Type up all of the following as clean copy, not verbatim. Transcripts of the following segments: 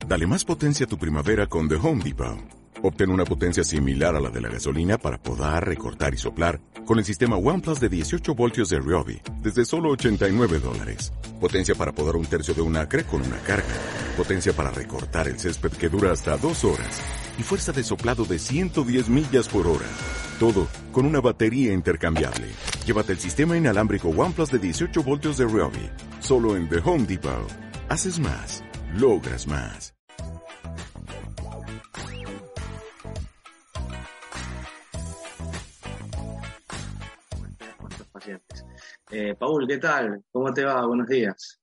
Dale más potencia a tu primavera con The Home Depot. Obtén una potencia similar a la de la gasolina para podar, recortar y soplar con el sistema OnePlus de 18 voltios de Ryobi desde solo $89. Potencia para podar un tercio de un acre con una carga. Potencia para recortar el césped que dura hasta 2 horas. Y fuerza de soplado de 110 millas por hora. Todo con una batería intercambiable. Llévate el sistema inalámbrico OnePlus de 18 voltios de Ryobi. Solo en The Home Depot. Haces más. Logras más. Pacientes. Paul, ¿qué tal? ¿Cómo te va? Buenos días.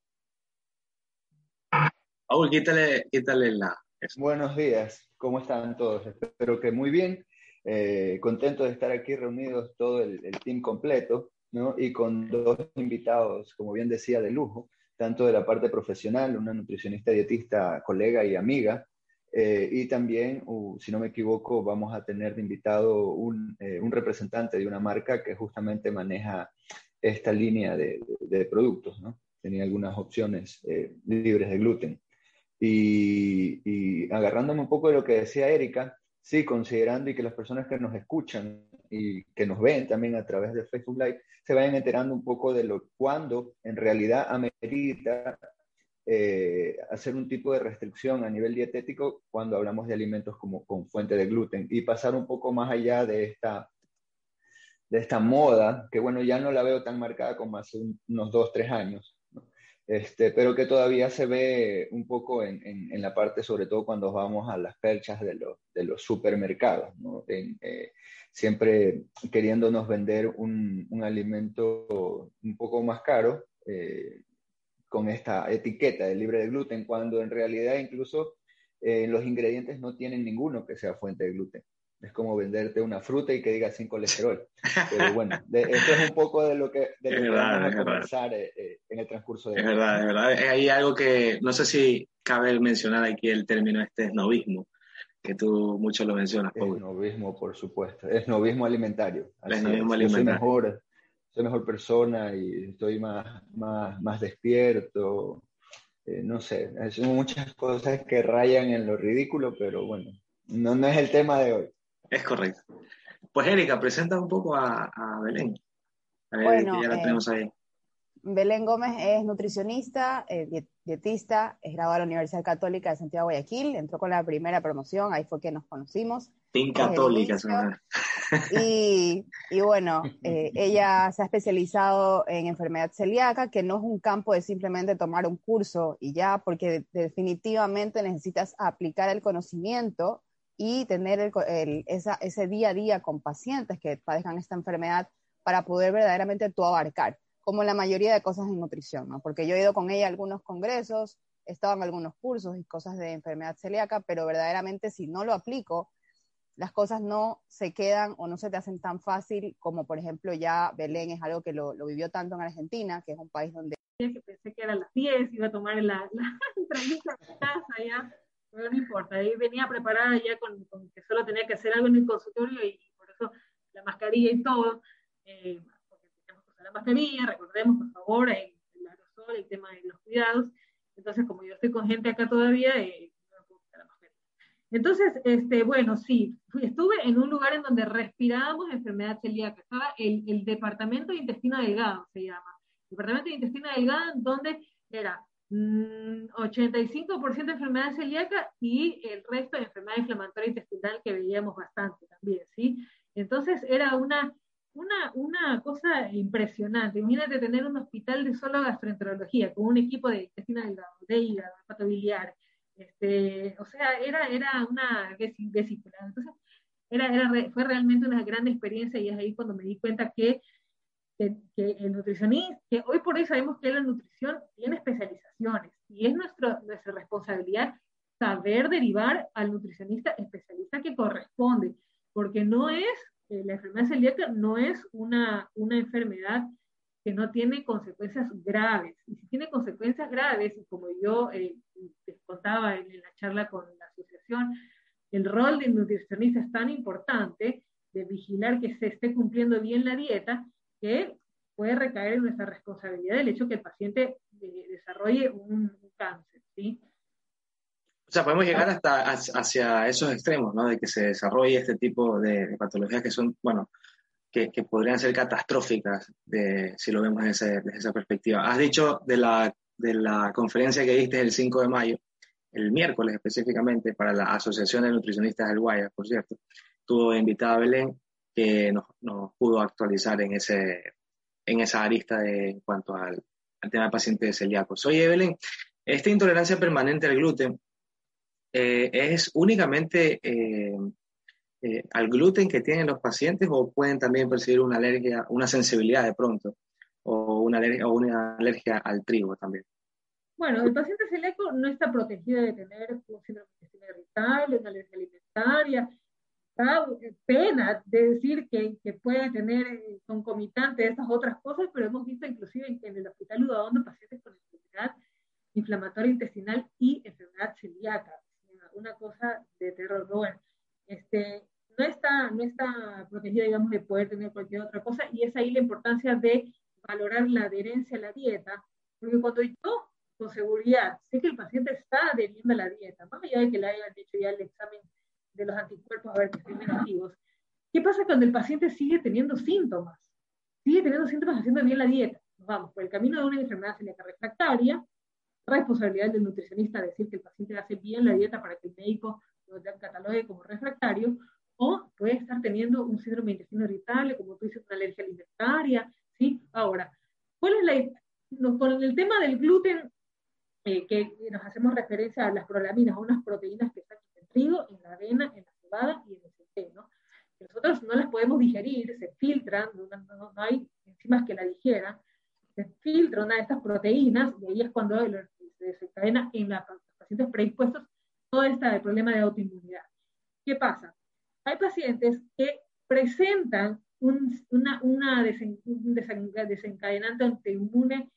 Paul, quítale la... Buenos días, ¿cómo están todos? Espero que muy bien. Contento de estar aquí reunidos todo el team completo, ¿no? Y con dos invitados, como bien decía, de lujo, tanto de la parte profesional, una nutricionista dietista, colega y amiga, y también, si no me equivoco, vamos a tener de invitado un representante de una marca que justamente maneja esta línea de productos, ¿no? Tenía algunas opciones libres de gluten. Y agarrándome un poco de lo que decía Erika, sí, considerando y que las personas que nos escuchan y que nos ven también a través de Facebook Live se vayan enterando un poco de cuándo en realidad amerita hacer un tipo de restricción a nivel dietético cuando hablamos de alimentos como con fuente de gluten y pasar un poco más allá de esta moda, que bueno, ya no la veo tan marcada como hace unos 2, 3 años, ¿no? Pero que todavía se ve un poco en la parte, sobre todo cuando vamos a las perchas de los supermercados, ¿no? Siempre queriéndonos vender un alimento un poco más caro, con esta etiqueta de libre de gluten, cuando en realidad incluso los ingredientes no tienen ninguno que sea fuente de gluten. Es como venderte una fruta y que diga sin colesterol. Pero bueno, esto es un poco de lo que vamos a conversar en el transcurso de hoy. Es verdad. Hay algo que no sé si cabe mencionar aquí el término esnovismo, que tú mucho lo mencionas, Paul. Esnovismo, por supuesto. Esnovismo alimentario. Así Esnovismo es. Yo alimentario. soy mejor persona y estoy más despierto. No sé, son muchas cosas que rayan en lo ridículo, pero bueno, no es el tema de hoy. Es correcto. Pues Erika, presenta un poco a Belén. A ver, que Bueno, ya la tenemos ahí. Belén Gómez es nutricionista, dietista, es graduada de la Universidad Católica de Santiago de Guayaquil, entró con la primera promoción, ahí fue que nos conocimos. Team Católica. Y bueno, ella se ha especializado en enfermedad celíaca, que no es un campo de simplemente tomar un curso y ya, porque definitivamente necesitas aplicar el conocimiento y tener ese día a día con pacientes que padezcan esta enfermedad para poder verdaderamente tú abarcar, como la mayoría de cosas en nutrición, ¿no? Porque yo he ido con ella a algunos congresos, he estado en algunos cursos y cosas de enfermedad celíaca, pero verdaderamente si no lo aplico, las cosas no se quedan o no se te hacen tan fácil como, por ejemplo, ya Belén es algo que lo vivió tanto en Argentina, que es un país donde... Que pensé que eran las 10, iba a tomar la entrevista a mi casa ya, pero no importa, ahí venía preparada ya con que solo tenía que hacer algo en el consultorio y por eso la mascarilla y todo, porque tenemos que usar la mascarilla, recordemos por favor el aerosol, el tema de los cuidados, entonces como yo estoy con gente acá todavía, no puedo usar la mascarilla. Entonces, bueno, sí, estuve en un lugar en donde respirábamos enfermedad celíaca, estaba el Departamento de Intestino Delgado, se llama, Departamento de Intestino Delgado, donde era 85% de enfermedad celíaca y el resto de enfermedad inflamatoria intestinal que veíamos bastante también, ¿sí? Entonces era una cosa impresionante. Imagínate tener un hospital de solo gastroenterología, con un equipo de intestino delgado, de hígado, de pato biliar, o sea, era una vesícula. Entonces, fue realmente una gran experiencia y es ahí cuando me di cuenta que el nutricionista, que hoy por hoy sabemos que la nutrición tiene especializaciones y es nuestra responsabilidad saber derivar al nutricionista especialista que corresponde, porque no es, la enfermedad celíaca no es una enfermedad que no tiene consecuencias graves, y si tiene consecuencias graves, y como yo les contaba en la charla con la asociación, el rol del nutricionista es tan importante de vigilar que se esté cumpliendo bien la dieta, que puede recaer en nuestra responsabilidad el hecho que el paciente desarrolle un cáncer, ¿sí? sea, podemos llegar hasta hacia esos extremos, ¿no? De que se desarrolle este tipo de patologías que son, bueno, que podrían ser catastróficas si lo vemos desde esa perspectiva. Has dicho de la conferencia que diste el 5 de mayo, el miércoles específicamente, para la Asociación de Nutricionistas del Guayas, por cierto, tuvo invitada a Belén, que nos pudo actualizar en esa arista en cuanto al tema de pacientes celíacos. Oye, Belén, esta intolerancia permanente al gluten es únicamente al gluten que tienen los pacientes, o pueden también percibir una alergia, una sensibilidad de pronto, o una alergia al trigo también? Bueno, el paciente celíaco no está protegido de tener un síndrome irritable, una alergia alimentaria. Da pena de decir que puede tener concomitante estas otras cosas, pero hemos visto inclusive en el Hospital Udaondo pacientes con enfermedad inflamatoria intestinal y enfermedad celíaca. Una cosa de terror. Bueno, no está protegida, digamos, de poder tener cualquier otra cosa, y es ahí la importancia de valorar la adherencia a la dieta, porque cuando yo con seguridad sé que el paciente está adheriendo a la dieta, más allá de que le hayan hecho ya el examen de los anticuerpos a ver que estén negativos, ¿qué pasa cuando el paciente sigue teniendo síntomas? Sigue teniendo síntomas haciendo bien la dieta. Nos vamos por el camino de una enfermedad celíaca refractaria, responsabilidad del nutricionista decir que el paciente hace bien la dieta para que el médico lo catalogue como refractario, o puede estar teniendo un síndrome de intestino irritable, como tú dices, una alergia alimentaria, ¿sí? Ahora, ¿cuál es con el tema del gluten, que nos hacemos referencia a las prolaminas, a unas proteínas que están en el trigo, en la avena, en la cebada y en el centeno? Nosotros no las podemos digerir, se filtran, no hay enzimas que la digieran, se filtra una de estas proteínas, y ahí es cuando se desencadena en los pacientes predispuestos todo este problema de autoinmunidad. ¿Qué pasa? Hay pacientes que presentan un desencadenante autoinmune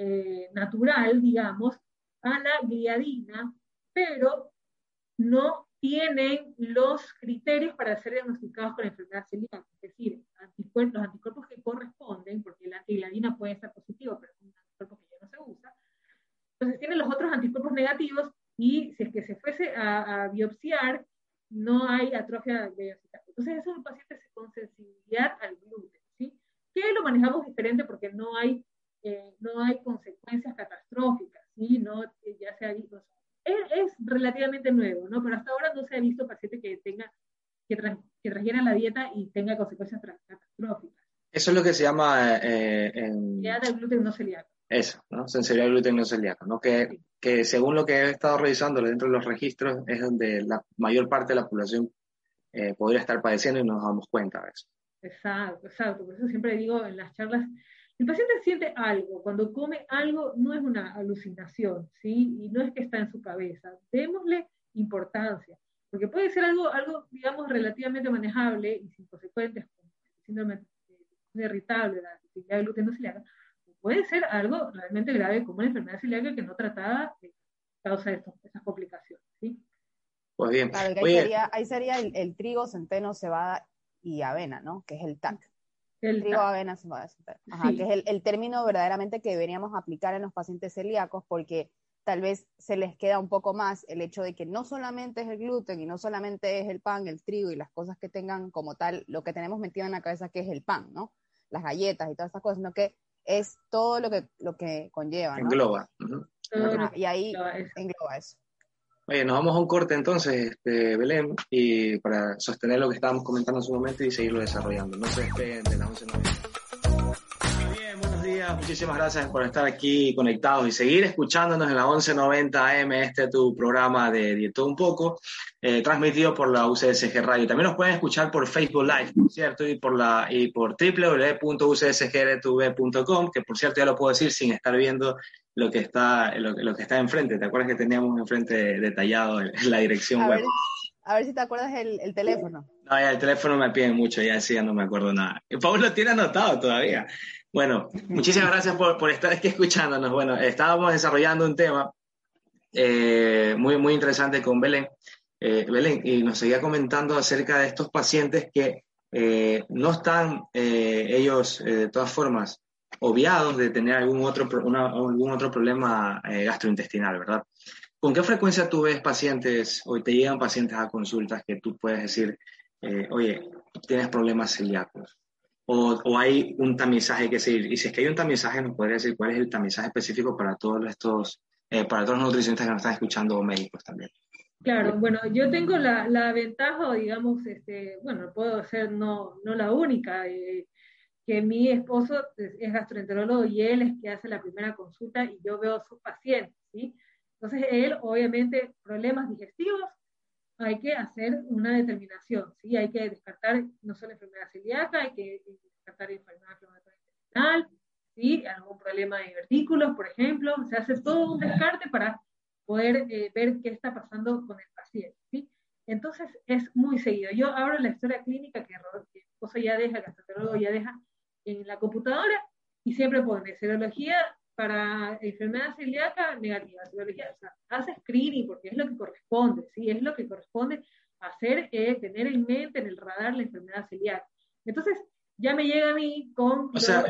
natural, digamos, a la gliadina, pero no tienen los criterios para ser diagnosticados con enfermedad celíaca, es decir, los anticuerpos que corresponden, porque la antigliadina puede estar positivo, pero es un anticuerpo que ya no se usa. Entonces tienen los otros anticuerpos negativos, y si es que se fuese a biopsiar, no hay atrofia biopsical. Entonces esos son pacientes con sensibilidad al gluten, ¿sí? Que lo manejamos diferente porque no hay consecuencias catastróficas, ¿sí? Ya se ha visto, es relativamente nuevo, ¿no? Pero hasta ahora no se ha visto paciente que transgiera la dieta y tenga consecuencias catastróficas. Eso es lo que se llama sensibilidad al gluten no celíaco. Eso, ¿no? Sensibilidad al gluten no celíaco, ¿no? Que según lo que he estado revisando dentro de los registros, es donde la mayor parte de la población podría estar padeciendo, y nos damos cuenta de eso. Exacto. Por eso siempre digo en las charlas, el paciente siente algo, cuando come algo no es una alucinación, ¿sí? Y no es que está en su cabeza. Démosle importancia, porque puede ser algo digamos, relativamente manejable y sin consecuencias, como el síndrome irritable, la sensibilidad al gluten no celíaca. Puede ser algo realmente grave, como una enfermedad celíaca que no tratada causa esas complicaciones, ¿sí? Pues bien. Claro, ahí sería el trigo, centeno, cebada y avena, ¿no? Que es el TAC. El trigo, avena, cebada, centeno. Ajá, sí. Que es el término verdaderamente que deberíamos aplicar en los pacientes celíacos, porque tal vez se les queda un poco más el hecho de que no solamente es el gluten y no solamente es el pan, el trigo y las cosas que tengan como tal, lo que tenemos metido en la cabeza que es el pan, ¿no? Las galletas y todas estas cosas, sino que es todo lo que conlleva, ¿no? Engloba. Ajá, y ahí engloba eso. Oye, nos vamos a un corte entonces, Belén, y para sostener lo que estábamos comentando en su momento y seguirlo desarrollando. No se despeguen de las 11:90. Bien, buenos días, muchísimas gracias por estar aquí conectados y seguir escuchándonos en la 11:90 AM, tu programa de Dietó un poco, transmitido por la UCSG Radio. También nos pueden escuchar por Facebook Live, ¿cierto? Y por www.ucsgrtv.com, que por cierto ya lo puedo decir sin estar viendo lo que está enfrente. ¿Te acuerdas que teníamos enfrente detallado la dirección web? A ver si te acuerdas el teléfono. No, ya el teléfono me piden mucho, ya no me acuerdo nada. Pablo lo tiene anotado todavía. Bueno, muchísimas gracias por estar aquí escuchándonos. Bueno, estábamos desarrollando un tema muy, muy interesante con Belén. Belén, y nos seguía comentando acerca de estos pacientes que no están ellos, de todas formas, obviados de tener algún otro problema gastrointestinal, ¿verdad? ¿Con qué frecuencia tú ves pacientes o te llegan pacientes a consultas que tú puedes decir, oye, tienes problemas celíacos? O hay un tamizaje que seguir. Y si es que hay un tamizaje, ¿nos podría decir cuál es el tamizaje específico para todos para todos los nutricionistas que nos están escuchando o médicos también? Claro, bueno, yo tengo la ventaja, o digamos, bueno, puedo ser no la única, que mi esposo es gastroenterólogo y él es que hace la primera consulta y yo veo a sus pacientes, ¿sí? Entonces él, obviamente, problemas digestivos, hay que hacer una determinación, ¿sí? Hay que descartar no solo enfermedad celíaca, hay que descartar enfermedad inflamatoria intestinal, ¿sí? Algún problema de divertículos, por ejemplo, se hace todo un descarte para poder ver qué está pasando con el paciente, ¿sí? Entonces es muy seguido. Yo abro la historia clínica que mi esposo ya deja, el gastroenterólogo ya deja en la computadora y siempre pone serología para enfermedad celíaca negativa, serología, o sea, hace screening porque es lo que corresponde, ¿sí? Es lo que corresponde hacer, tener en mente, en el radar, la enfermedad celíaca. Entonces, ya me llega a mí con... O sea,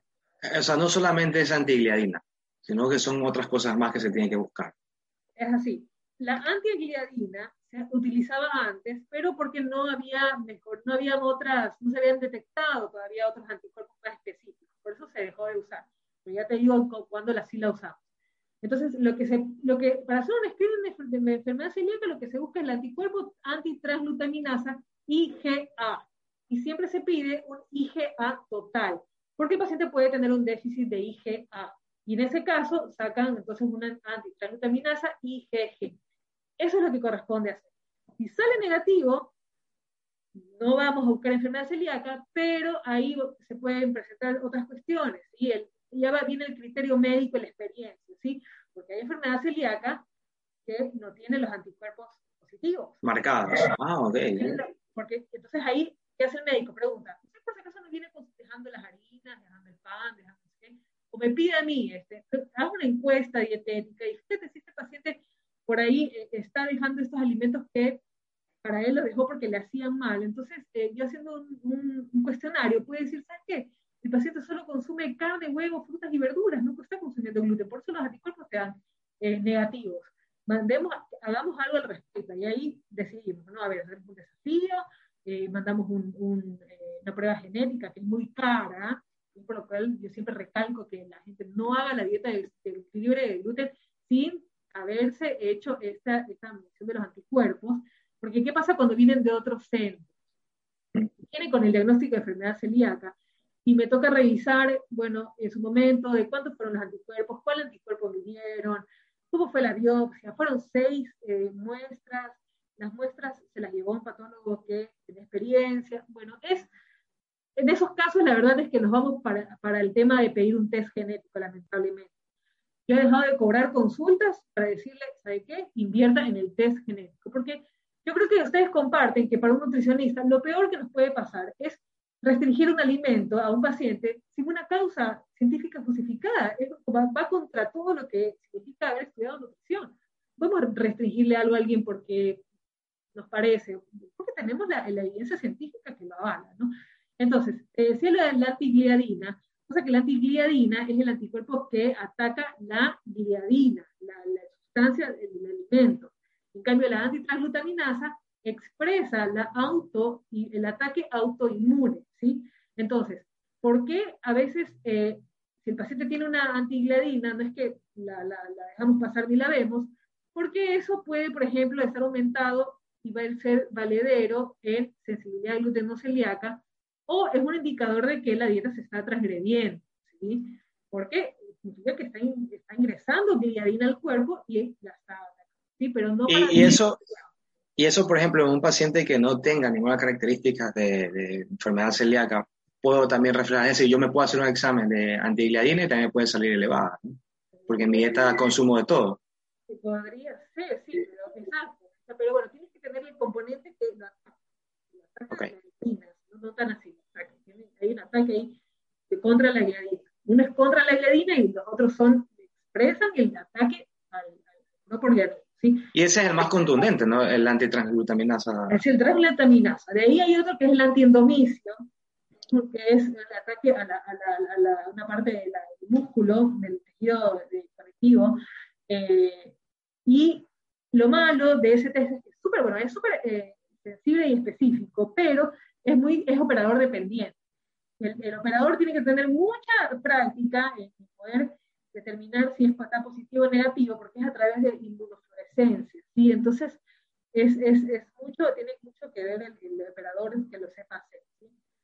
no solamente es antigliadina, sino que son otras cosas más que se tienen que buscar. Es así. La antigliadina se utilizaba antes, pero porque no habían otras, no se habían detectado todavía otros anticuerpos más específicos. Por eso se dejó de usar. Pero ya te digo cuándo sí la usamos. Entonces, para hacer un screening de enfermedad celíaca, lo que se busca es el anticuerpo antitransglutaminasa IgA. Y siempre se pide un IgA total, porque el paciente puede tener un déficit de IgA. Y en ese caso, sacan entonces una antitransglutaminasa IgG. Eso es lo que corresponde hacer. Si sale negativo, no vamos a buscar enfermedad celíaca, pero ahí se pueden presentar otras cuestiones, ¿sí? Viene el criterio médico y la experiencia, ¿sí? Porque hay enfermedad celíaca que no tiene los anticuerpos positivos. Marcados. Ok. Porque entonces ahí, ¿qué hace el médico? Pregunta, ¿usted por si acaso no viene dejando las harinas, dejando el pan, dejando qué? O me pide a mí, hago una encuesta dietética y fíjate si este paciente por ahí está dejando estos alimentos que para él lo dejó porque le hacían mal. Entonces, yo haciendo un cuestionario, puede decir, ¿sabes qué? El paciente solo consume carne, huevos, frutas y verduras, no está consumiendo gluten, por eso los anticuerpos te dan negativos. Hagamos algo al respecto, y ahí decidimos, ¿no? A ver, hacemos un desafío, mandamos una prueba genética que es muy cara, por lo cual yo siempre recalco que la gente no haga la dieta libre de gluten sin haberse hecho esta medición de los anticuerpos, porque ¿qué pasa cuando vienen de otros centros? Vienen con el diagnóstico de enfermedad celíaca y me toca revisar, bueno, en su momento, de cuántos fueron los anticuerpos, cuál anticuerpo midieron, cómo fue la biopsia, fueron 6 muestras, las muestras se las llevó un patólogo que tiene experiencia, bueno, en esos casos la verdad es que nos vamos para el tema de pedir un test genético, lamentablemente. Yo he dejado de cobrar consultas para decirle, ¿sabe qué? Invierta en el test genético, porque yo creo que ustedes comparten que para un nutricionista lo peor que nos puede pasar es restringir un alimento a un paciente sin una causa científica justificada. Va contra todo lo que significa haber estudiado nutrición. Podemos restringirle algo a alguien porque nos parece, porque tenemos la evidencia científica que lo avala, ¿no? Entonces, decía lo de la antigliadina, o sea que la antigliadina es el anticuerpo que ataca la gliadina, la sustancia del alimento. En cambio, la antitransglutaminasa expresa el ataque autoinmune, ¿sí? Entonces, ¿por qué a veces, si el paciente tiene una antigliadina, no es que la dejamos pasar ni la vemos, porque eso puede, por ejemplo, estar aumentado y va a ser valedero en sensibilidad gluteno-celíaca, o es un indicador de que la dieta se está transgrediendo, ¿sí? Porque significa que está ingresando gliadina al cuerpo y la está atacando, ¿sí? Pero no para... Y eso, por ejemplo, en un paciente que no tenga ninguna característica de enfermedad celíaca, puedo también reflejar eso. Yo me puedo hacer un examen de antigliadina y también puede salir elevada, ¿no? Porque en mi dieta consumo de todo. Podría ser, sí, pero exacto. Pero bueno, tienes que tener el componente que lo ataca. Okay. No tan así. Hay un ataque ahí contra la gliadina. Uno es contra la gliadina y los otros expresan el ataque no por gliadina, ¿sí? Y ese es el más contundente, ¿no? El antitransglutaminasa. Es el transglutaminasa. De ahí hay otro que es el antiendomicio, que es el ataque a una parte del músculo, del tejido conectivo, Y lo malo de ese test es que es súper sensible y específico, pero es operador dependiente. El operador tiene que tener mucha práctica en poder determinar si está positivo o negativo, porque es a través de inmunofluorescencia, ¿sí? Entonces, tiene mucho que ver el operador que lo sepa hacer, ¿sí?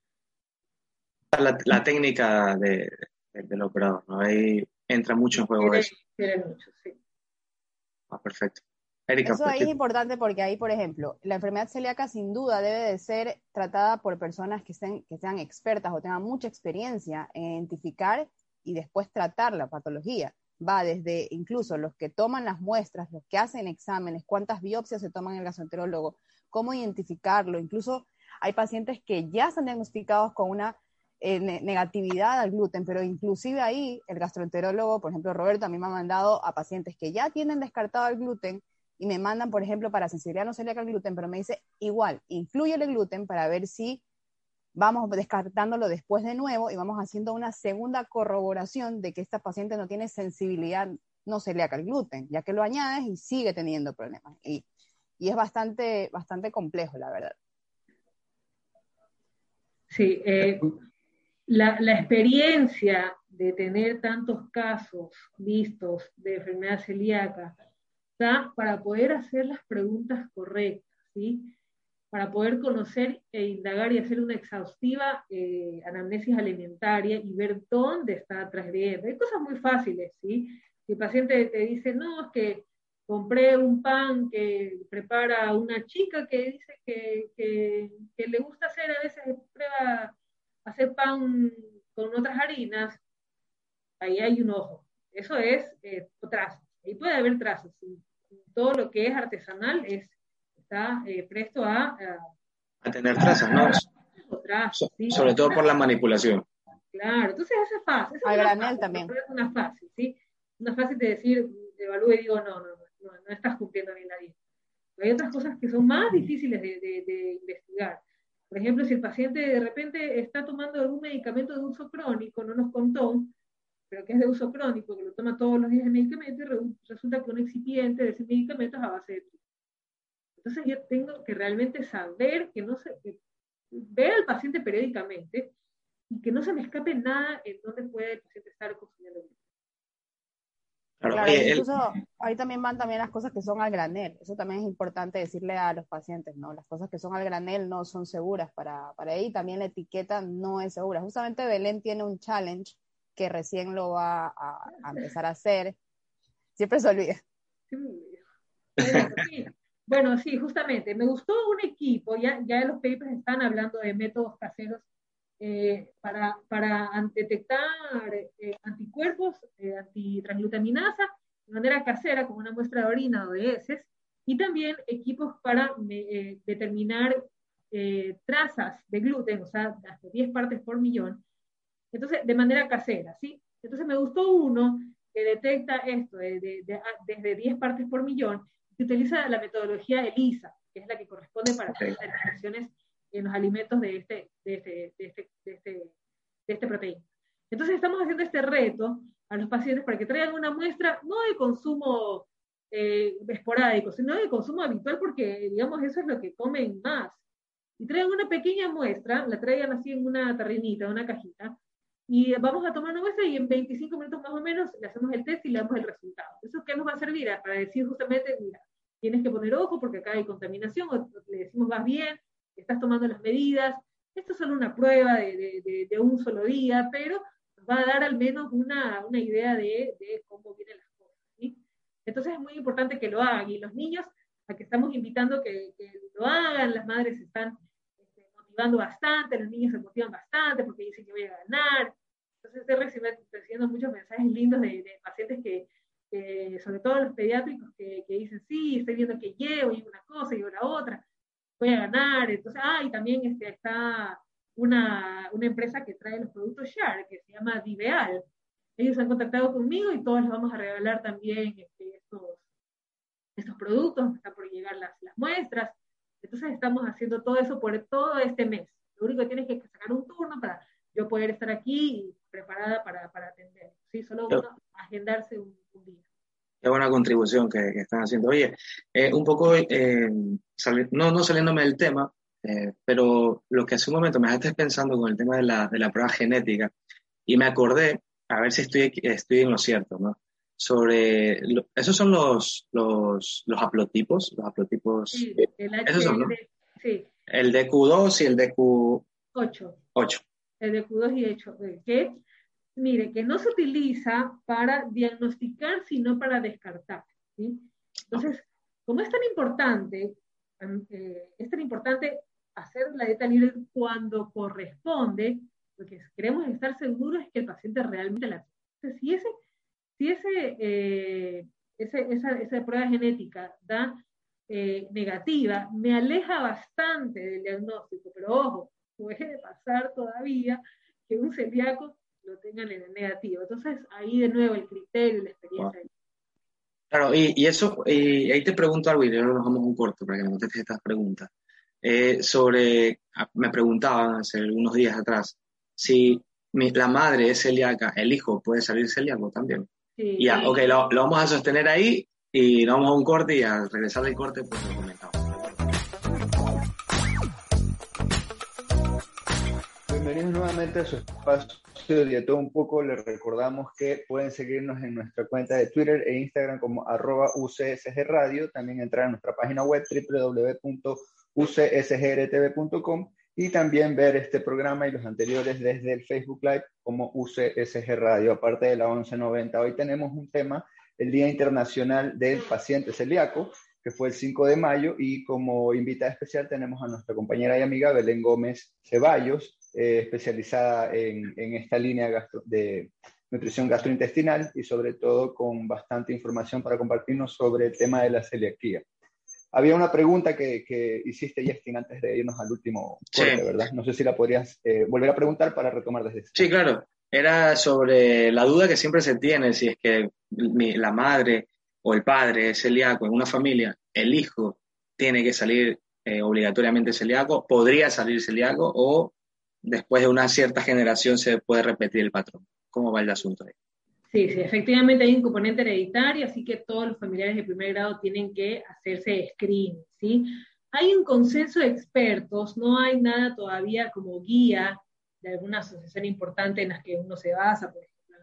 La técnica del operador, ¿no? Ahí entra mucho en juego eso. Tiene mucho, sí. Perfecto. Erika, eso ahí es importante porque ahí, por ejemplo, la enfermedad celíaca sin duda debe de ser tratada por personas que sean expertas o tengan mucha experiencia en identificar y después tratar la patología. Va desde incluso los que toman las muestras, los que hacen exámenes, cuántas biopsias se toman el gastroenterólogo, cómo identificarlo. Incluso hay pacientes que ya están diagnosticados con una negatividad al gluten, pero inclusive ahí el gastroenterólogo, por ejemplo, Roberto, a mí me ha mandado a pacientes que ya tienen descartado el gluten y me mandan, por ejemplo, para sensibilidad no celíaca al gluten, pero me dice, igual, incluye el gluten para ver si vamos descartándolo después de nuevo y vamos haciendo una segunda corroboración de que esta paciente no tiene sensibilidad no celíaca al gluten, ya que lo añades y sigue teniendo problemas. Y es bastante complejo, la verdad. Sí, la experiencia de tener tantos casos vistos de enfermedad celíaca está para poder hacer las preguntas correctas, ¿sí? Para poder conocer e indagar y hacer una exhaustiva anamnesis alimentaria y ver dónde está atrás de él. Hay cosas muy fáciles, ¿sí? Si el paciente te dice, no, es que compré un pan que prepara una chica que dice que le gusta hacer, a veces prueba hacer pan con otras harinas, ahí hay un ojo. Eso es trazos. Ahí puede haber trazos. ¿Sí? Todo lo que es artesanal está presto a tener trazas, ¿no? Trazos, ¿sí? Sobre todo por la manipulación. Claro, entonces eso es fácil. Al granel también. Es una fácil, ¿sí? Una fácil de decir, evalúe y digo, no estás cumpliendo bien la dieta. Hay otras cosas que son más difíciles de investigar. Por ejemplo, si el paciente de repente está tomando algún medicamento de uso crónico, no nos contó, pero que es de uso crónico, que lo toma todos los días el medicamento y resulta que un excipiente de ese medicamento es a base de trigo. Entonces yo tengo que realmente saber que ver al paciente periódicamente y que no se me escape nada en dónde puede el paciente estar consumiendo el Claro, incluso ahí también van también las cosas que son al granel. Eso también es importante decirle a los pacientes, ¿no? Las cosas que son al granel no son seguras para ahí. También la etiqueta no es segura. Justamente Belén tiene un challenge que recién lo va a empezar a hacer. Siempre se olvida. Bueno, sí, justamente. Me gustó un equipo, ya los papers están hablando de métodos caseros para detectar anticuerpos, antitransglutaminasa de manera casera, como una muestra de orina o de heces, y también equipos para determinar trazas de gluten, o sea, hasta 10 partes por millón, entonces, de manera casera, ¿sí? Entonces me gustó uno que detecta esto desde 10 partes por millón, que utiliza la metodología ELISA, que es la que corresponde para hacer las detecciones en los alimentos de este proteína. Entonces estamos haciendo este reto a los pacientes para que traigan una muestra no de consumo esporádico, sino de consumo habitual, porque digamos eso es lo que comen más. Y traigan una pequeña muestra, la traigan así en una tarrinita, una cajita, y vamos a tomar una muestra y en 25 minutos más o menos le hacemos el test y le damos el resultado. ¿Eso qué nos va a servir? Para decir justamente, mira, tienes que poner ojo porque acá hay contaminación, o le decimos vas bien, estás tomando las medidas. Esto es solo una prueba de un solo día, pero nos va a dar al menos una idea de cómo vienen las cosas, ¿sí? Entonces es muy importante que lo hagan, y los niños, a que estamos invitando que lo hagan, las madres están motivando bastante, los niños se motivan bastante porque dicen que voy a ganar. Entonces estoy recibiendo muchos mensajes lindos de pacientes que sobre todo los pediátricos, que dicen, sí, estoy viendo que llevo, y una cosa y la otra, voy a ganar. Entonces, y también está una empresa que trae los productos Share, que se llama Diveal. Ellos han contactado conmigo y todos les vamos a regalar también estos productos, están por llegar las muestras. Entonces estamos haciendo todo eso por todo este mes. Lo único que tienes que sacar un turno para yo poder estar aquí y preparada para atender. ¿Sí? Solo uno agendarse un día. Qué buena contribución que están haciendo. Oye, un poco, no saliéndome del tema, pero lo que hace un momento me dejaste pensando con el tema de la prueba genética, y me acordé, a ver si estoy en lo cierto, ¿no? Esos son los haplotipos, Sí, el esos son, ¿no? HLD, sí, El DQ2 y el 8, DQ8. el de Q2 y 8, que, mire, que no se utiliza para diagnosticar, sino para descartar, ¿sí? Entonces, como es tan importante hacer la dieta libre cuando corresponde, porque queremos estar seguros que el paciente realmente la tiene. Entonces, esa prueba genética da negativa, me aleja bastante del diagnóstico, pero ojo, puede pasar todavía que un celíaco lo tengan en el negativo. Entonces, ahí de nuevo el criterio y la experiencia. Wow. Claro, y ahí te pregunto algo y luego nos vamos a un corto para que me contestes estas preguntas. Me preguntaban hace unos días atrás si la madre es celíaca, el hijo puede salir celíaco también. Sí, Ya, ok, lo vamos a sostener ahí y nos vamos a un corte y al regresar del corte pues lo comentamos. Bienvenidos nuevamente a su espacio de todo un poco. Les recordamos que pueden seguirnos en nuestra cuenta de Twitter e Instagram como @UCSGradio. También entrar a nuestra página web www.ucsgrtv.com y también ver este programa y los anteriores desde el Facebook Live como UCSG Radio, aparte de la 1190. Hoy tenemos un tema, el Día Internacional del Paciente Celíaco, que fue el 5 de mayo, y como invitada especial tenemos a nuestra compañera y amiga Belén Gómez Ceballos, especializada en esta línea de nutrición gastrointestinal y sobre todo con bastante información para compartirnos sobre el tema de la celiaquía. Había una pregunta que hiciste, Justin, antes de irnos al último corte, sí, ¿verdad? No sé si la podrías volver a preguntar para retomar desde ese. Sí, claro. Era sobre la duda que siempre se tiene, si es que la madre o el padre es celíaco en una familia, el hijo tiene que salir obligatoriamente celíaco, podría salir celíaco o después de una cierta generación se puede repetir el patrón. ¿Cómo va el asunto ahí? Sí, efectivamente hay un componente hereditario, así que todos los familiares de primer grado tienen que hacerse screening, ¿sí? Hay un consenso de expertos, no hay nada todavía como guía de alguna asociación importante en las que uno se basa, por ejemplo,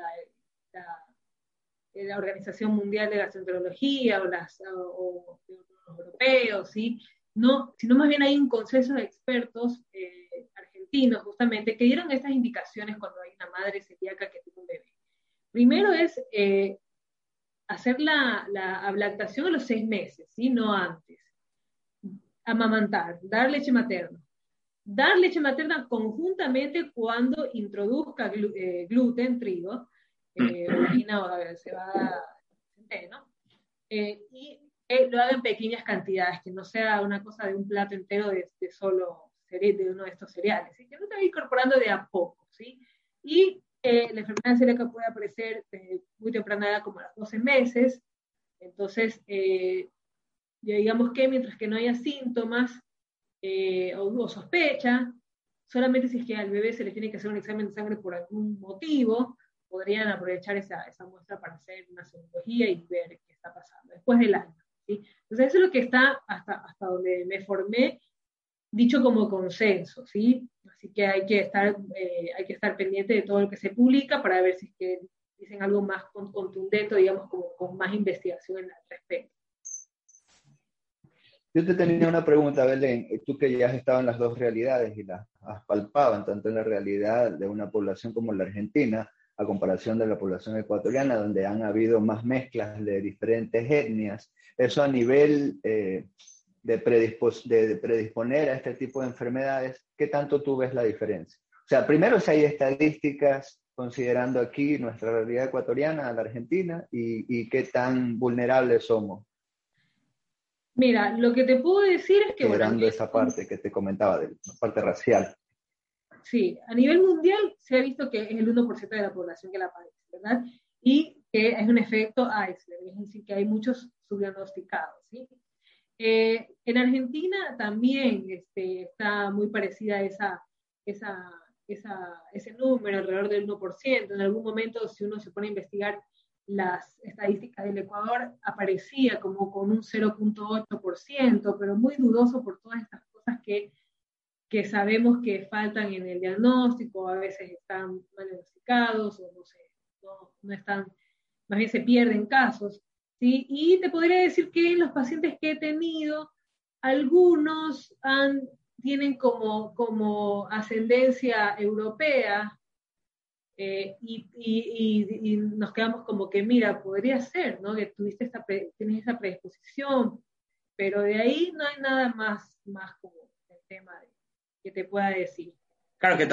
la Organización Mundial de Gastroenterología o los europeos, ¿sí? No, sino más bien hay un consenso de expertos argentinos, justamente, que dieron estas indicaciones cuando hay una madre celíaca que tiene un bebé. Primero es hacer la lactación a los 6 meses, ¿sí? No antes. Amamantar, dar leche materna. Dar leche materna conjuntamente cuando introduzca gluten, trigo, harina o cebada, centeno, y lo haga en pequeñas cantidades, que no sea una cosa de un plato entero de solo de uno de estos cereales, ¿sí? Que no te va incorporando de a poco, ¿sí? Y la enfermedad celíaca puede aparecer muy temprana edad, como a los 12 meses. Entonces, digamos que mientras que no haya síntomas o sospecha, solamente si es que al bebé se le tiene que hacer un examen de sangre por algún motivo, podrían aprovechar esa muestra para hacer una serología y ver qué está pasando después del año, ¿sí? Entonces, eso es lo que está hasta donde me formé, dicho como consenso, ¿sí? Así que hay que estar pendiente de todo lo que se publica para ver si es que dicen algo más contundente, digamos, con más investigación al respecto. Yo te tenía una pregunta, Belén. Tú que ya has estado en las dos realidades y las has palpado, tanto en la realidad de una población como la argentina, a comparación de la población ecuatoriana, donde han habido más mezclas de diferentes etnias, eso a nivel de predisponer a este tipo de enfermedades, ¿qué tanto tú ves la diferencia? O sea, primero si hay estadísticas considerando aquí nuestra realidad ecuatoriana, la Argentina, y qué tan vulnerables somos. Mira, lo que te puedo decir es que... Considerando esa parte que te comentaba, de la parte racial. Sí, a nivel mundial se ha visto que es el 1% de la población que la padece, ¿verdad? Y que es un efecto iceberg, es decir, que hay muchos subdiagnosticados, ¿sí? En Argentina también está muy parecida ese número, alrededor del 1%. En algún momento, si uno se pone a investigar las estadísticas del Ecuador aparecía como con un 0.8%, pero muy dudoso por todas estas cosas que sabemos que faltan en el diagnóstico, a veces están mal diagnosticados o no están, más bien se pierden casos, ¿sí? Y te podría decir que en los pacientes que he tenido, algunos tienen como ascendencia europea, y nos quedamos como que, mira, podría ser, ¿no? Que tienes esa predisposición, pero de ahí no hay nada más como el tema que te pueda decir. Claro que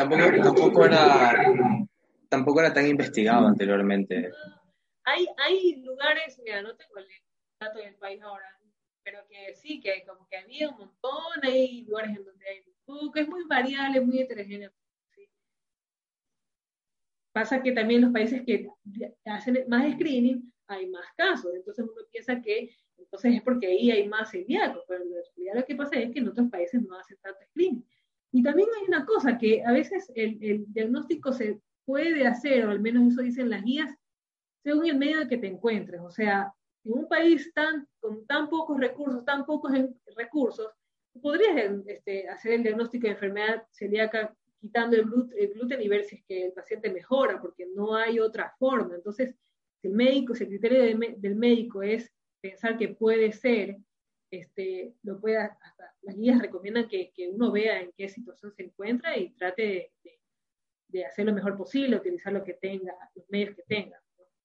tampoco era tan investigado anteriormente. Hay lugares, mira, no tengo el dato del país ahora, pero que sí, que como que había un montón, hay lugares en donde hay que es muy variable, muy heterogéneo. ¿Sí? Pasa que también los países que hacen más screening, hay más casos, entonces uno piensa que entonces es porque ahí hay más celíacos, pero en realidad lo que pasa es que en otros países no hacen tanto screening. Y también hay una cosa, que a veces el diagnóstico se puede hacer, o al menos eso dicen las guías, según el medio en que te encuentres. O sea, en un país con tan pocos recursos, podrías hacer el diagnóstico de enfermedad celíaca quitando el gluten y ver si es que el paciente mejora, porque no hay otra forma. Entonces, si el criterio del médico es pensar que puede ser, hasta las guías recomiendan que uno vea en qué situación se encuentra y trate de hacer lo mejor posible, utilizar lo que tenga, los medios que tenga.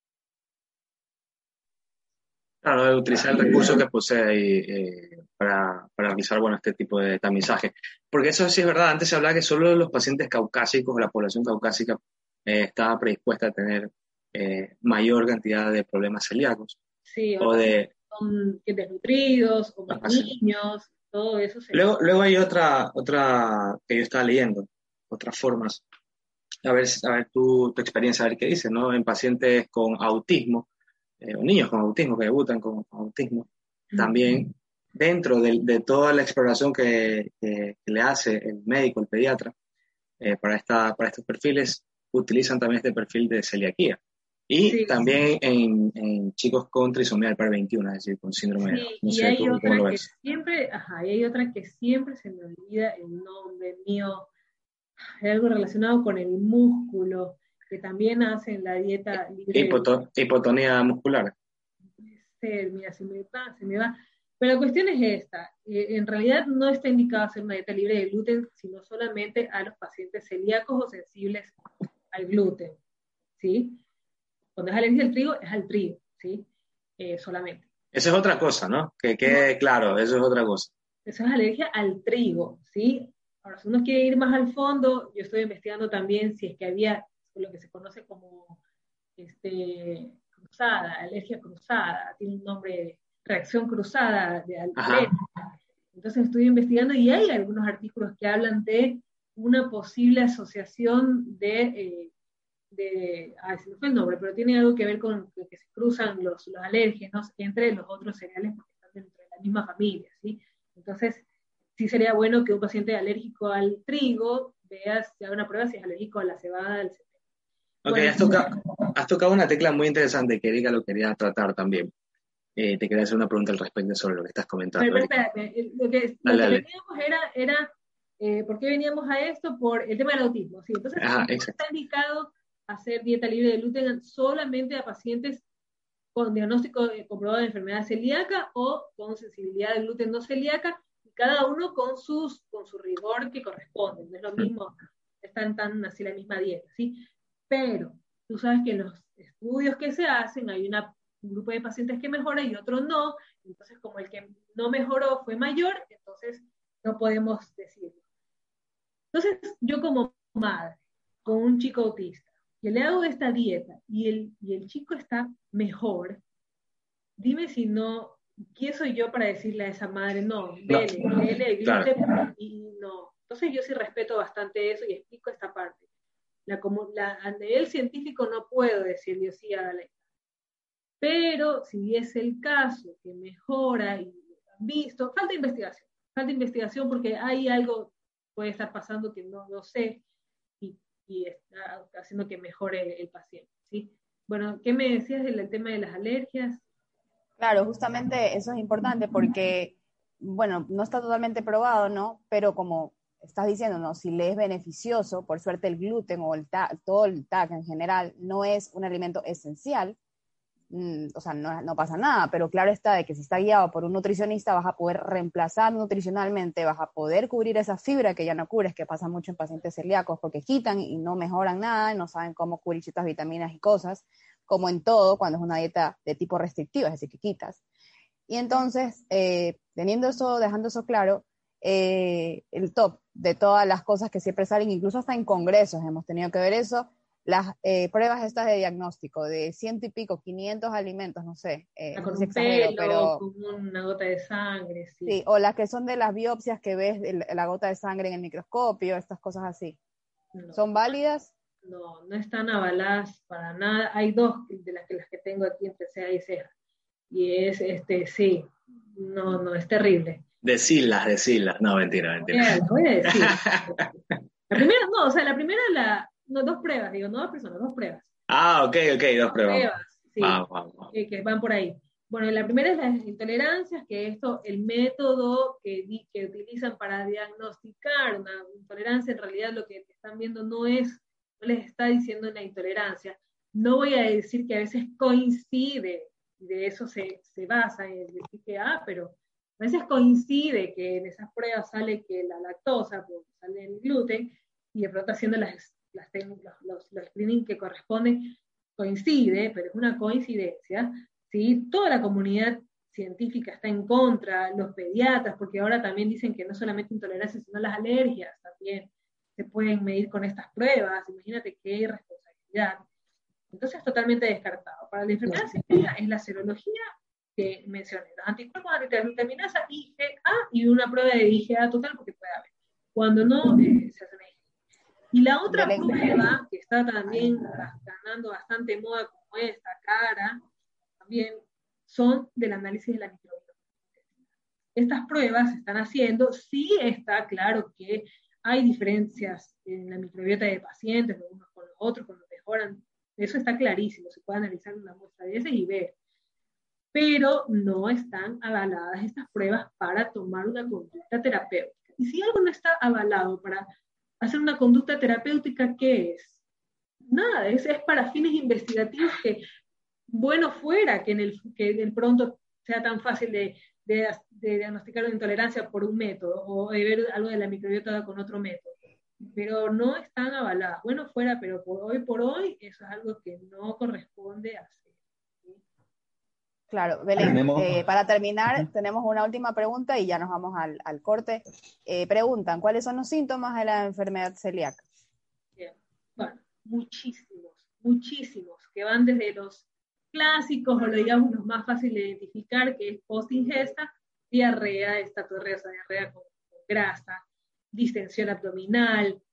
Claro, de utilizar el recurso que posee para realizar, bueno, este tipo de tamizaje. Porque eso sí es verdad, antes se hablaba que solo los pacientes caucásicos, la población caucásica, estaba predispuesta a tener mayor cantidad de problemas celíacos. Sí, son desnutridos, o más niños, todo eso. Luego hay otra que yo estaba leyendo, otras formas. A ver tu experiencia, a ver qué dice, ¿no? En pacientes con autismo, o niños con autismo que debutan con autismo, también dentro de toda la exploración que le hace el médico, el pediatra, para estos perfiles, utilizan también este perfil de celiaquía. Y también en chicos con trisomía del par 21, es decir, con síndrome de Down. No sé, hay otra que siempre se me olvida el nombre mío, hay algo relacionado con el músculo, que también hacen la dieta libre. Hipotonía muscular. Mira, se me va. Pero la cuestión es esta, en realidad no está indicado hacer una dieta libre de gluten, sino solamente a los pacientes celíacos o sensibles al gluten, ¿sí? Cuando es alergia al trigo, es al trigo, ¿sí? Solamente. Eso es otra cosa, ¿no? Que quede claro, eso es otra cosa. Eso es alergia al trigo, ¿sí? Ahora, si uno quiere ir más al fondo, yo estoy investigando también si es que había lo que se conoce como cruzada, alergia cruzada, tiene un nombre, reacción cruzada de alergia. Entonces estoy investigando y hay algunos artículos que hablan de una posible asociación se me fue el nombre, pero tiene algo que ver con que se cruzan los alérgenos entre los otros cereales porque están dentro de la misma familia, ¿sí? Entonces, sí sería bueno que un paciente alérgico al trigo se haga una prueba si es alérgico a la cebada, al centeno. Ok, bueno, has tocado una tecla muy interesante que Erika lo quería tratar también. Te quería hacer una pregunta al respecto sobre lo que estás comentando. Pero espérate, lo que veníamos era ¿por qué veníamos a esto? Por el tema del autismo, ¿sí? Entonces, está indicado hacer dieta libre de gluten solamente a pacientes con diagnóstico comprobado de enfermedad celíaca o con sensibilidad al gluten no celíaca, y cada uno con su rigor que corresponde. No es lo mismo, están así la misma dieta, ¿sí? Pero tú sabes que en los estudios que se hacen hay un grupo de pacientes que mejora y otro no, entonces como el que no mejoró fue mayor, entonces no podemos decirlo. Entonces yo como madre, con un chico autista, que le hago esta dieta y el chico está mejor, dime si no, ¿quién soy yo para decirle a esa madre, no, dele gluten, claro. Y no? Entonces yo sí respeto bastante eso y explico esta parte. A nivel científico no puedo decirle sí a la. Pero si es el caso que mejora y han visto, falta investigación porque hay algo puede estar pasando que no sé y está haciendo que mejore el paciente, ¿sí? bueno, ¿qué me decías del tema de las alergias? Claro, justamente eso es importante porque, bueno, no está totalmente probado, ¿no? Pero como estás diciendo, ¿no? Si le es beneficioso, por suerte el gluten o todo el TAC en general no es un alimento esencial, o sea, no pasa nada, pero claro está de que si está guiado por un nutricionista vas a poder reemplazar nutricionalmente, vas a poder cubrir esa fibra que ya no cubres, que pasa mucho en pacientes celíacos porque quitan y no mejoran nada, no saben cómo cubrir ciertas vitaminas y cosas, como en todo cuando es una dieta de tipo restrictiva, es decir, que quitas. Y entonces, dejando eso claro, el top de todas las cosas que siempre salen, incluso hasta en congresos hemos tenido que ver eso, las pruebas estas de diagnóstico de 100 y pico, 500 alimentos, no sé, Con no sé un exagero, pelo, pero con una gota de sangre, sí. sí, o las que son de las biopsias que ves la gota de sangre en el microscopio, estas cosas así. No, ¿Son válidas? no están avaladas para nada. Hay dos de las que tengo aquí entre ceja y ceja. Y es, sí, no, es terrible. Decirlas, no, mentira. Voy a decir. La primera, dos pruebas, digo, no dos personas, dos pruebas. Ah, ok, dos pruebas. Sí, que van por ahí. Bueno, la primera es las intolerancias, que el método que utilizan para diagnosticar una intolerancia, en realidad lo que están viendo no les está diciendo una intolerancia. No voy a decir que a veces coincide, de eso se basa en decir que, pero a veces coincide que en esas pruebas sale que la lactosa, pues sale el gluten, y de pronto haciendo los screening que corresponden, coincide, pero es una coincidencia, ¿sí? Toda la comunidad científica está en contra, los pediatras, porque ahora también dicen que no solamente intolerancia, sino las alergias también se pueden medir con estas pruebas, imagínate qué irresponsabilidad. Entonces, totalmente descartado. Para la enfermedad celíaca es la serología que mencioné, los anticuerpos antiglutaminasa, IgA y una prueba de IgA total, porque puede haber. Cuando no, se hace una IgA. Y la otra prueba, que está también ganando bastante moda, como esta, cara, también son del análisis de la microbiota. Estas pruebas se están haciendo, sí está claro que hay diferencias en la microbiota de pacientes, los unos con los otros, cuando mejoran, eso está clarísimo, se puede analizar una muestra de esas y ver. Pero no están avaladas estas pruebas para tomar una conducta terapéutica. Y si algo no está avalado para hacer una conducta terapéutica, ¿qué es? Nada, es para fines investigativos que, bueno fuera que en pronto sea tan fácil de diagnosticar una intolerancia por un método o de ver algo de la microbiota con otro método. Pero no están avaladas. Bueno fuera, pero por hoy eso es algo que no corresponde hacer. Claro, Belén, para terminar, tenemos una última pregunta y ya nos vamos al corte. Preguntan, ¿cuáles son los síntomas de la enfermedad celíaca? Bien. Bueno, muchísimos, que van desde los clásicos o digamos los más fáciles de identificar, que es post-ingesta, diarrea, estatoreosa, diarrea con grasa, distensión abdominal,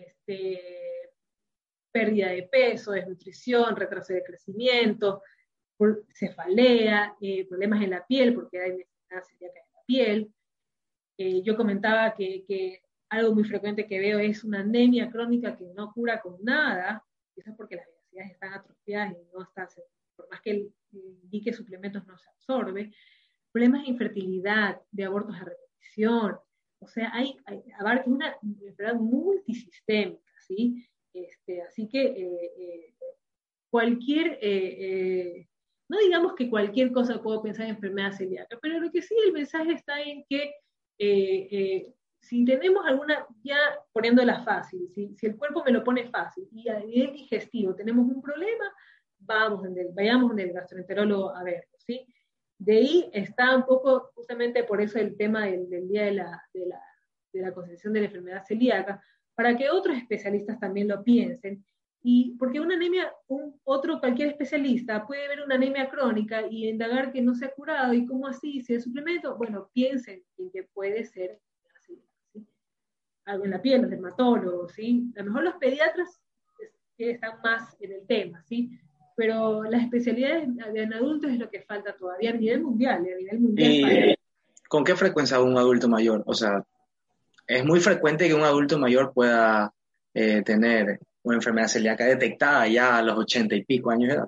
pérdida de peso, desnutrición, retraso de crecimiento, cefalea, problemas en la piel, porque hay enfermedad celíaca en la piel. Yo comentaba que algo muy frecuente que veo es una anemia crónica que no cura con nada, y eso es porque las velocidades están atrofiadas y no está, por más que indique suplementos no se absorbe. Problemas de infertilidad, de abortos a repetición, o sea, abarca una enfermedad multisistémica, ¿sí? Así que cualquier... no digamos que cualquier cosa puedo pensar en enfermedad celíaca, pero lo que sí el mensaje está en que si tenemos alguna, ya poniéndola fácil, si el cuerpo me lo pone fácil y a nivel digestivo tenemos un problema, vayamos en el gastroenterólogo a verlo, ¿sí? De ahí está un poco, justamente por eso el tema del día de la concepción de la enfermedad celíaca, para que otros especialistas también lo piensen. Y porque una anemia, cualquier especialista puede ver una anemia crónica y indagar que no se ha curado, y cómo así, si es suplemento, bueno, piensen en que puede ser así, ¿sí? Algo en la piel, los dermatólogos, ¿sí? A lo mejor los pediatras están más en el tema, ¿sí? Pero las especialidades en adultos es lo que falta todavía a nivel mundial, ¿Y con qué frecuencia un adulto mayor? O sea, es muy frecuente que un adulto mayor pueda tener una enfermedad celíaca detectada ya a los 80 y pico años de edad.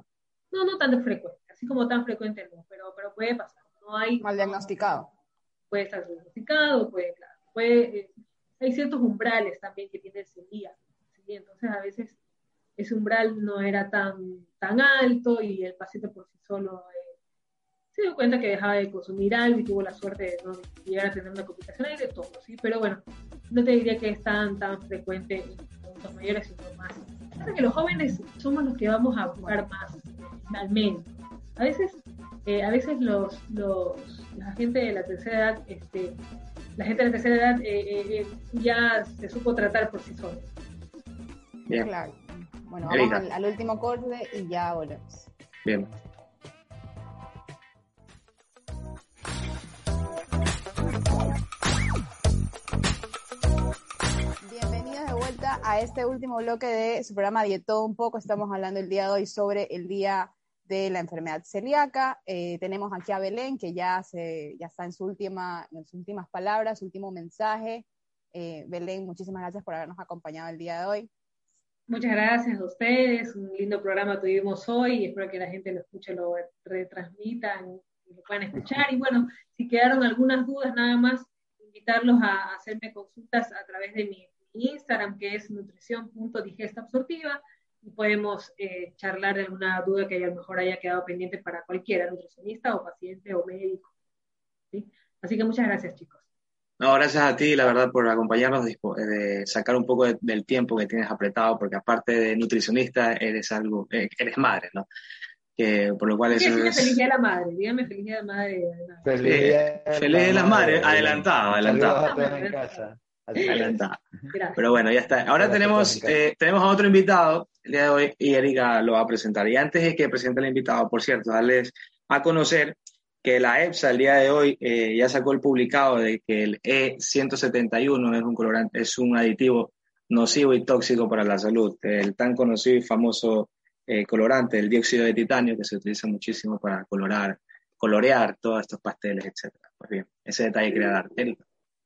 no tan frecuente, así como tan frecuente no, pero puede pasar. No hay, Mal diagnosticado. puede estar diagnosticado, hay ciertos umbrales también que tiene el celíaco, ¿sí? Entonces a veces ese umbral no era tan alto y el paciente por sí solo se dio cuenta que dejaba de consumir algo y tuvo la suerte de no llegar a tener una complicación. Hay de todo, ¿sí? Pero bueno, no te diría que es tan frecuente en adultos mayores, sino más. Pasa que los jóvenes somos los que vamos a buscar más al médico. A veces la gente de la tercera edad, la gente de la tercera edad ya se supo tratar por sí solos. Bien. Claro. Bueno, vamos al último corte y ya volvemos. Bien. Bienvenidos de vuelta a este último bloque de su programa De Todo Un Poco. Estamos hablando el día de hoy sobre el día de la enfermedad celíaca. Tenemos aquí a Belén, que ya está en sus últimas palabras, su último mensaje. Belén, muchísimas gracias por habernos acompañado el día de hoy. Muchas gracias a ustedes, un lindo programa tuvimos hoy y espero que la gente lo escuche, lo retransmitan y lo puedan escuchar. Y bueno, si quedaron algunas dudas, nada más invitarlos a hacerme consultas a través de mi Instagram, que es nutrición.digestabsortiva, y podemos charlar de alguna duda que a lo mejor haya quedado pendiente para cualquiera, nutricionista o paciente o médico, ¿sí? Así que muchas gracias, chicos. No, gracias a ti, la verdad, por acompañarnos, de sacar un poco del tiempo que tienes apretado, porque aparte de nutricionista, eres madre, ¿no? Que, por lo cual eso dígame es... feliz día de la madre, dígame feliz día de la madre. Feliz día de la madre, adelantado. Adelantada. Pero bueno, ya está. Ahora tenemos a otro invitado el día de hoy y Erika lo va a presentar. Y antes de que presente al invitado, por cierto, darles a conocer que la EFSA el día de hoy ya sacó el publicado de que el E171 es un colorante, es un aditivo nocivo y tóxico para la salud. El tan conocido y famoso colorante, el dióxido de titanio, que se utiliza muchísimo para colorear todos estos pasteles, etc. Pues bien, ese detalle quería dar. Erika.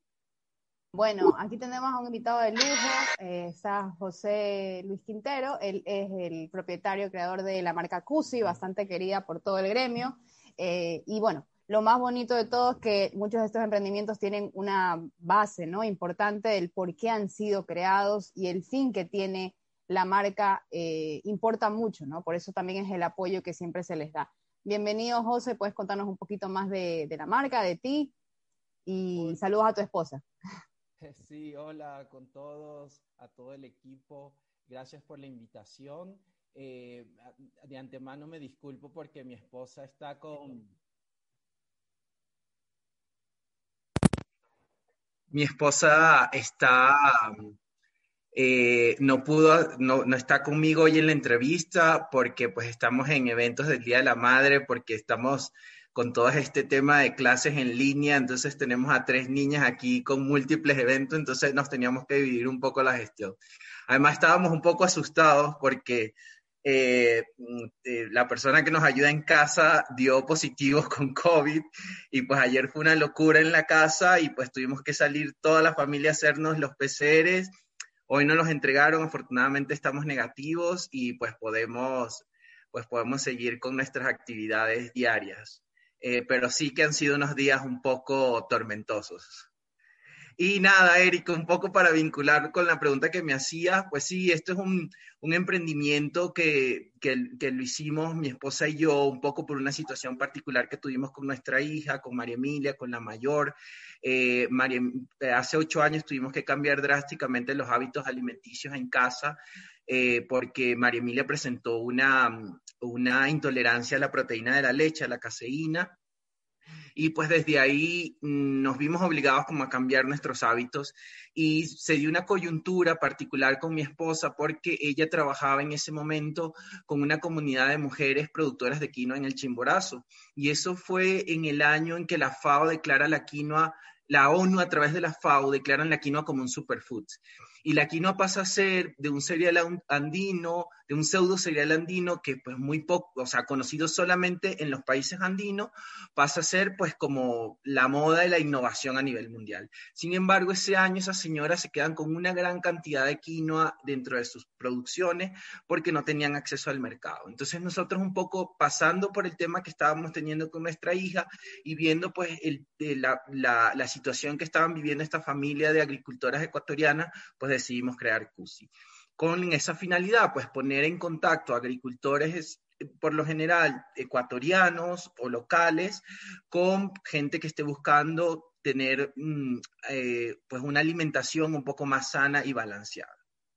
Bueno, aquí tenemos a un invitado de lujo, está José Luis Quintero. Él es el propietario, creador de la marca Cusi, bastante querida por todo el gremio. Y bueno, lo más bonito de todo es que muchos de estos emprendimientos tienen una base, ¿no?, importante del por qué han sido creados, y el fin que tiene la marca importa mucho, ¿no? Por eso también es el apoyo que siempre se les da. Bienvenido, José, puedes contarnos un poquito más de la marca, de ti, y saludos a tu esposa. Sí, hola con todos, a todo el equipo, gracias por la invitación. De antemano me disculpo porque mi esposa está con... Mi esposa está... no está conmigo hoy en la entrevista porque pues estamos en eventos del Día de la Madre, porque estamos con todo este tema de clases en línea, entonces tenemos a 3 niñas aquí con múltiples eventos, entonces nos teníamos que dividir un poco la gestión. Además estábamos un poco asustados porque la persona que nos ayuda en casa dio positivo con COVID y pues ayer fue una locura en la casa y pues tuvimos que salir toda la familia a hacernos los PCRs. Hoy nos los entregaron, afortunadamente estamos negativos y pues podemos seguir con nuestras actividades diarias. Pero sí que han sido unos días un poco tormentosos. Y nada, Erika, un poco para vincular con la pregunta que me hacías, pues sí, esto es un emprendimiento que lo hicimos mi esposa y yo un poco por una situación particular que tuvimos con nuestra hija, con María Emilia, con la mayor. Hace 8 años tuvimos que cambiar drásticamente los hábitos alimenticios en casa porque María Emilia presentó una intolerancia a la proteína de la leche, a la caseína. Y pues desde ahí nos vimos obligados como a cambiar nuestros hábitos y se dio una coyuntura particular con mi esposa porque ella trabajaba en ese momento con una comunidad de mujeres productoras de quinoa en el Chimborazo y eso fue en el año en que la FAO declara la quinoa la ONU a través de la FAO declaran la quinoa como un superfood. Y la quinoa pasa a ser de un cereal andino, de un pseudo cereal andino que pues muy poco, o sea, conocido solamente en los países andinos, pasa a ser pues como la moda y la innovación a nivel mundial. Sin embargo, ese año esas señoras se quedan con una gran cantidad de quinoa dentro de sus producciones porque no tenían acceso al mercado. Entonces nosotros un poco pasando por el tema que estábamos teniendo con nuestra hija y viendo pues la situación que estaban viviendo esta familia de agricultoras ecuatorianas, pues decidimos crear Cusi. Con esa finalidad, pues poner en contacto a agricultores, por lo general ecuatorianos o locales, con gente que esté buscando tener pues una alimentación un poco más sana y balanceada.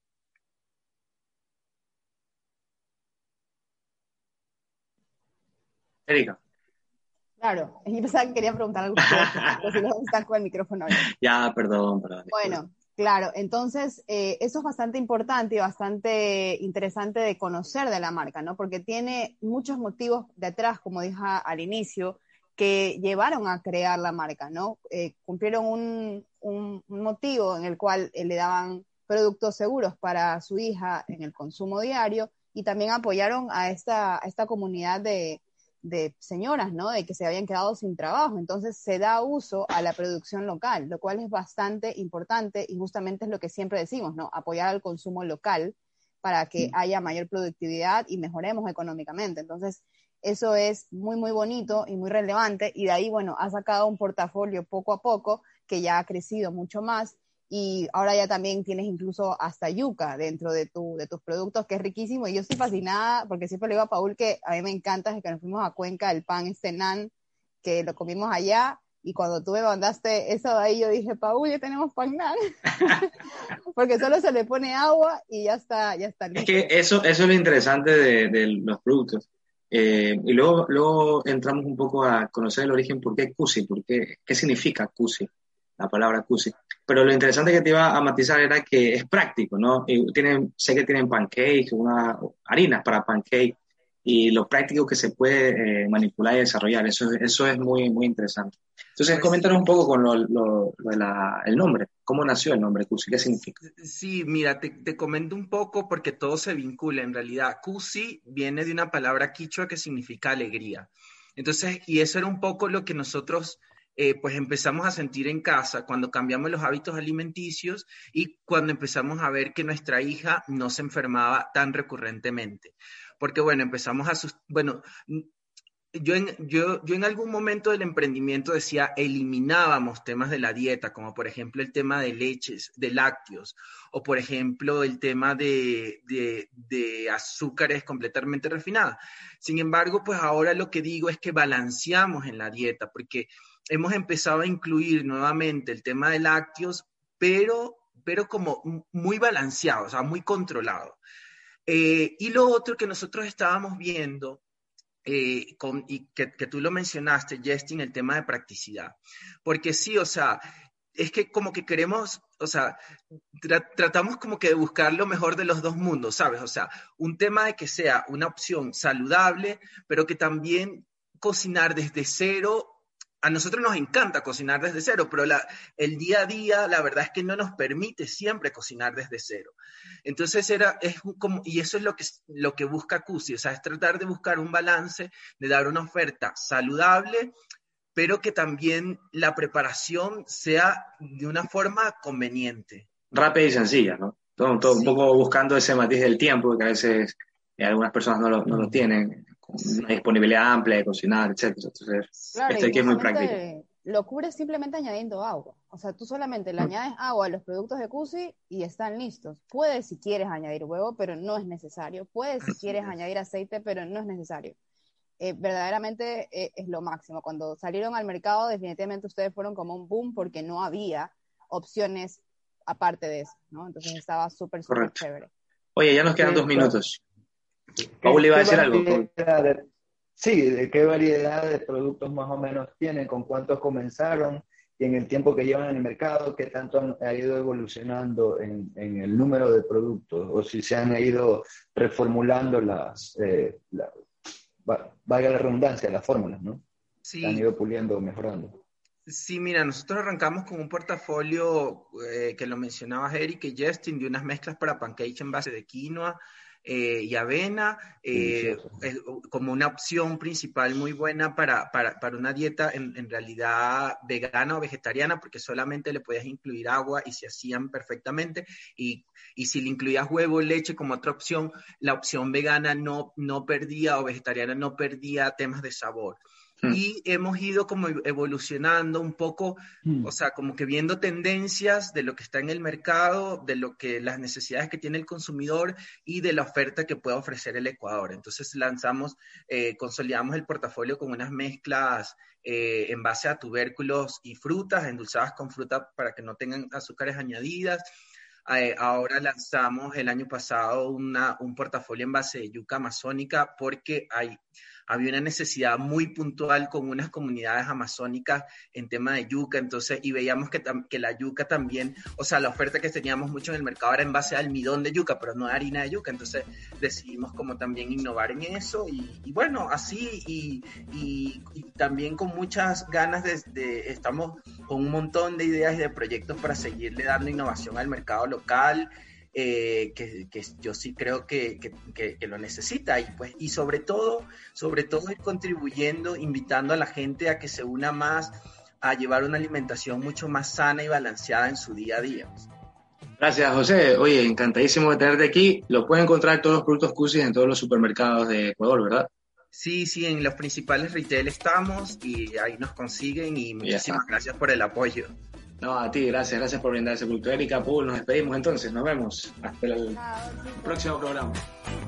Erika. Claro, yo pensaba que quería preguntar algo, pero si no están con el micrófono. Ya, perdón. Bueno, claro, entonces eso es bastante importante y bastante interesante de conocer de la marca, ¿no? Porque tiene muchos motivos detrás, como dije al inicio, que llevaron a crear la marca, ¿no? Cumplieron un motivo en el cual le daban productos seguros para su hija en el consumo diario y también apoyaron a esta comunidad de señoras, ¿no? De que se habían quedado sin trabajo. Entonces se da uso a la producción local, lo cual es bastante importante y justamente es lo que siempre decimos, ¿no? Apoyar al consumo local para que haya mayor productividad y mejoremos económicamente. Entonces eso es muy, muy bonito y muy relevante y de ahí, bueno, ha sacado un portafolio poco a poco que ya ha crecido mucho más y ahora ya también tienes incluso hasta yuca dentro de tus productos, que es riquísimo, y yo estoy fascinada, porque siempre le digo a Paul que a mí me encanta, desde que nos fuimos a Cuenca, el pan nan, que lo comimos allá, y cuando tú me mandaste eso de ahí, yo dije, Paul, ya tenemos pan nan, porque solo se le pone agua y ya está listo. Es que eso es lo interesante de los productos. Y luego entramos un poco a conocer el origen, ¿por qué Cusi? ¿Qué significa Cusi? La palabra Cusi. Pero lo interesante que te iba a matizar era que es práctico, ¿no? Sé que tienen pancakes, harinas para pancakes, y lo práctico que se puede manipular y desarrollar. Eso es muy, muy interesante. Entonces, coméntanos un poco con el nombre. ¿Cómo nació el nombre Cusi? ¿Qué significa? Sí, mira, te comento un poco porque todo se vincula en realidad. Cusi viene de una palabra quichua que significa alegría. Entonces, y eso era un poco lo que nosotros pues empezamos a sentir en casa cuando cambiamos los hábitos alimenticios y cuando empezamos a ver que nuestra hija no se enfermaba tan recurrentemente. Porque bueno, empezamos yo en algún momento del emprendimiento decía, eliminábamos temas de la dieta, como por ejemplo el tema de leches, de lácteos, o por ejemplo el tema de azúcares completamente refinadas. Sin embargo, pues ahora lo que digo es que balanceamos en la dieta, porque hemos empezado a incluir nuevamente el tema de lácteos, pero como muy balanceado, o sea, muy controlado. Y lo otro que nosotros estábamos viendo, y que tú lo mencionaste, Justin, el tema de practicidad. Porque sí, o sea, es que como que queremos, o sea, tratamos como que de buscar lo mejor de los dos mundos, ¿sabes? O sea, un tema de que sea una opción saludable, pero que también cocinar desde cero. A nosotros nos encanta cocinar desde cero, pero el día a día, la verdad es que no nos permite siempre cocinar desde cero. Entonces y eso es lo que busca Cusi, o sea, es tratar de buscar un balance, de dar una oferta saludable, pero que también la preparación sea de una forma conveniente. Rápida y sencilla, ¿no? Todo sí. Un poco buscando ese matiz del tiempo, que a veces algunas personas no lo tienen, con una disponibilidad amplia de cocinar, etc. Entonces, claro, aquí es muy práctico. Lo cubres simplemente añadiendo agua. O sea, tú solamente le añades agua a los productos de Cusi y están listos. Puedes si quieres añadir huevo, pero no es necesario. Puedes si quieres añadir aceite, pero no es necesario. Verdaderamente es lo máximo. Cuando salieron al mercado, definitivamente ustedes fueron como un boom porque no había opciones aparte de eso, ¿no? Entonces estaba súper chévere. Oye, ya nos quedan 2 minutos. Paul iba a decir algo. Sí, ¿de qué variedad de productos más o menos tienen? ¿Con cuántos comenzaron? Y en el tiempo que llevan en el mercado, ¿qué tanto ha ido evolucionando en el número de productos? O si se han ido reformulando valga la redundancia, las fórmulas, ¿no? Sí. Se han ido puliendo, mejorando. Sí, mira, nosotros arrancamos con un portafolio que lo mencionabas Eric y Justin, de unas mezclas para pancakes en base de quinoa y avena, como una opción principal muy buena para una dieta en realidad vegana o vegetariana, porque solamente le podías incluir agua y se hacían perfectamente, y si le incluías huevo, leche como otra opción, la opción vegana no perdía, o vegetariana no perdía temas de sabor. Y hemos ido como evolucionando un poco, o sea, como que viendo tendencias de lo que está en el mercado, de lo que las necesidades que tiene el consumidor y de la oferta que puede ofrecer el Ecuador. Entonces consolidamos el portafolio con unas mezclas en base a tubérculos y frutas, endulzadas con fruta para que no tengan azúcares añadidas. Ahora lanzamos el año pasado un portafolio en base de yuca amazónica porque había una necesidad muy puntual con unas comunidades amazónicas en tema de yuca, entonces, y veíamos que la yuca también, o sea, la oferta que teníamos mucho en el mercado era en base a almidón de yuca, pero no de harina de yuca, entonces decidimos como también innovar en eso, y bueno, así, y también con muchas ganas estamos con un montón de ideas y de proyectos para seguirle dando innovación al mercado local, que yo sí creo que lo necesita, y sobre todo ir contribuyendo, invitando a la gente a que se una más a llevar una alimentación mucho más sana y balanceada en su día a día. Gracias, José. Oye, encantadísimo de tenerte aquí. Lo pueden encontrar todos los productos Cusis en todos los supermercados de Ecuador, ¿verdad? Sí, en los principales retail estamos y ahí nos consiguen, y muchísimas gracias por el apoyo. No, a ti, gracias por brindar ese producto. Erika, Paul, nos despedimos entonces, nos vemos hasta el próximo programa.